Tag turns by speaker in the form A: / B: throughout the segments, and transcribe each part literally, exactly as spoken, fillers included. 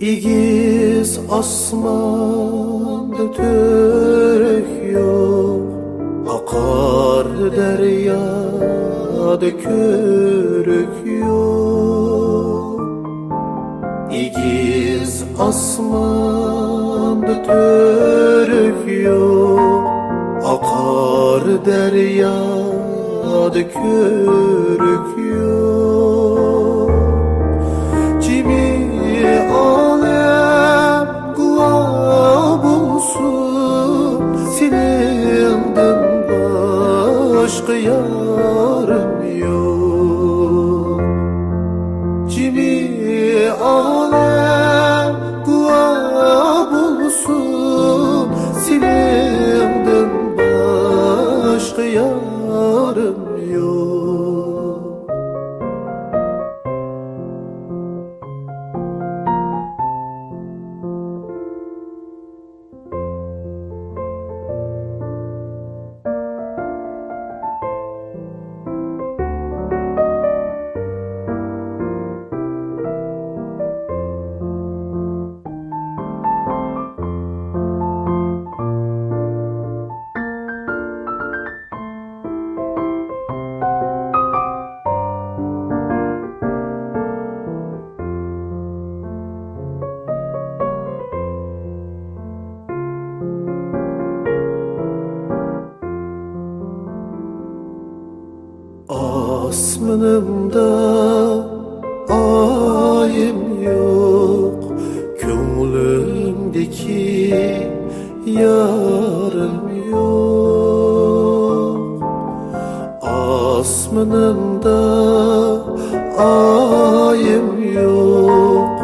A: İgiz asmanda törek yok, akar deryada körük yok. İgiz asmanda törek yok, akar deryada körük yok. Cimi alem guva bulsun, silindim başka yarım yok. Cimi alem guva bulsun, silindim başka yarım yok. Asmanımda ayım yok, gönlümdeki yarım yok. Asmanımda ayım yok,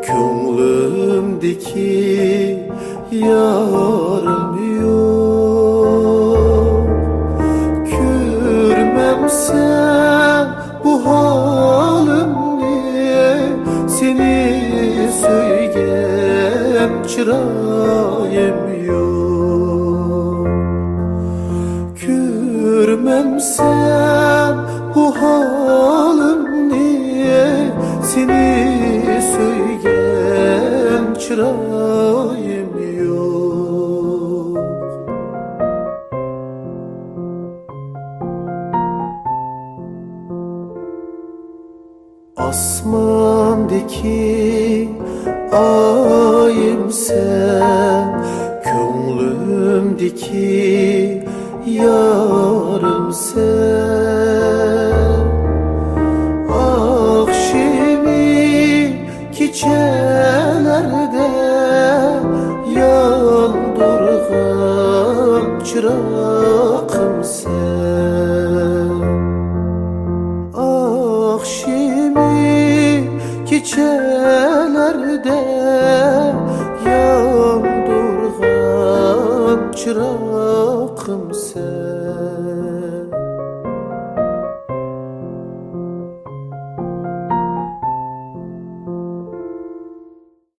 A: gönlümdeki yarım yok. Görmem sen bu halimni, seni söygen çırayım yok. Görmem sen bu halimni, seni söygen çırayım yok. Asmandaki ayım sen, gönlümdeki yarım sen. Akşemi keçelerde yandırgan çırağım sen. Akşemi keçelerde yandırgan çırağım sen.